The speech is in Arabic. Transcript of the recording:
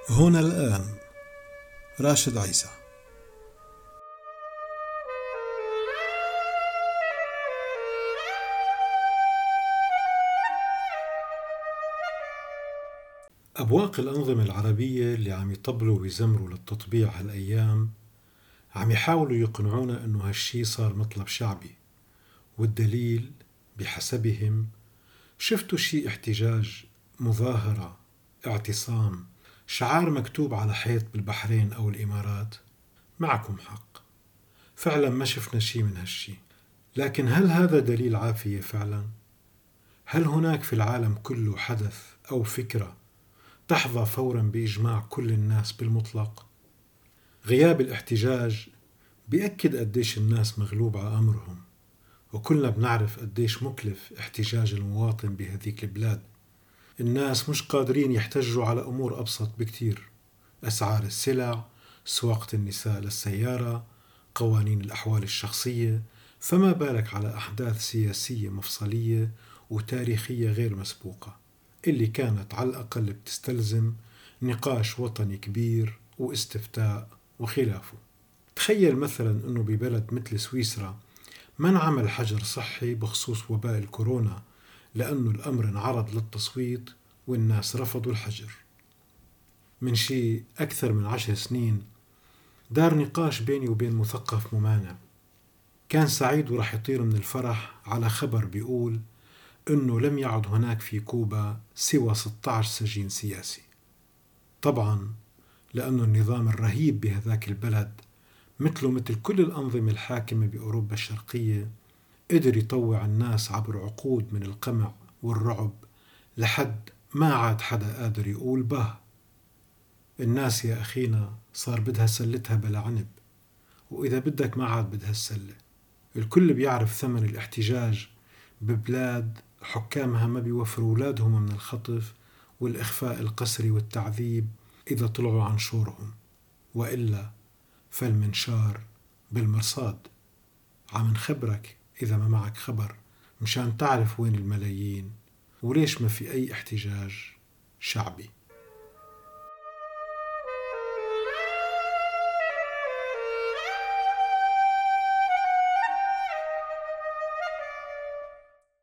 هنا الآن راشد عيسى. أبواق الأنظمة العربية اللي عم يطبلوا ويزمروا للتطبيع هالأيام عم يحاولوا يقنعونا إنه هالشي صار مطلب شعبي، والدليل بحسبهم شفتوا شي احتجاج، مظاهرة، اعتصام، شعار مكتوب على حيط بالبحرين أو الإمارات؟ معكم حق، فعلا ما شفنا شي من هالشي. لكن هل هذا دليل عافية فعلا؟ هل هناك في العالم كله حدث أو فكرة تحظى فورا بإجماع كل الناس بالمطلق؟ غياب الاحتجاج بيأكد قديش الناس مغلوب على أمرهم، وكلنا بنعرف قديش مكلف احتجاج المواطن بهذيك البلاد. الناس مش قادرين يحتجوا على أمور أبسط بكتير: أسعار السلع، سواقة النساء للسيارة، قوانين الأحوال الشخصية، فما بالك على أحداث سياسية مفصلية وتاريخية غير مسبوقة، اللي كانت على الأقل بتستلزم نقاش وطني كبير واستفتاء وخلافه. تخيل مثلا أنه ببلد مثل سويسرا ما انعمل حجر صحي بخصوص وباء الكورونا لأنه الأمر انعرض للتصويت والناس رفضوا الحجر. من شي أكثر من 10 سنين دار نقاش بيني وبين مثقف ممانع، كان سعيد ورح يطير من الفرح على خبر بيقول إنه لم يعد هناك في كوبا سوى 16 سجين سياسي. طبعا لأنه النظام الرهيب بهذاك البلد مثله مثل كل الأنظمة الحاكمة بأوروبا الشرقية قدر يطوع الناس عبر عقود من القمع والرعب لحد ما عاد حدا قادر يقول به. الناس يا أخينا صار بدها سلتها بلا عنب، وإذا بدك ما عاد بدها السلة. الكل بيعرف ثمن الاحتجاج ببلاد حكامها ما بيوفروا أولادهم من الخطف والإخفاء القسري والتعذيب إذا طلعوا عن شورهم، وإلا فالمنشار بالمرصاد. عم نخبرك إذا ما معك خبر مشان تعرف وين الملايين وليش ما في أي احتجاج شعبي.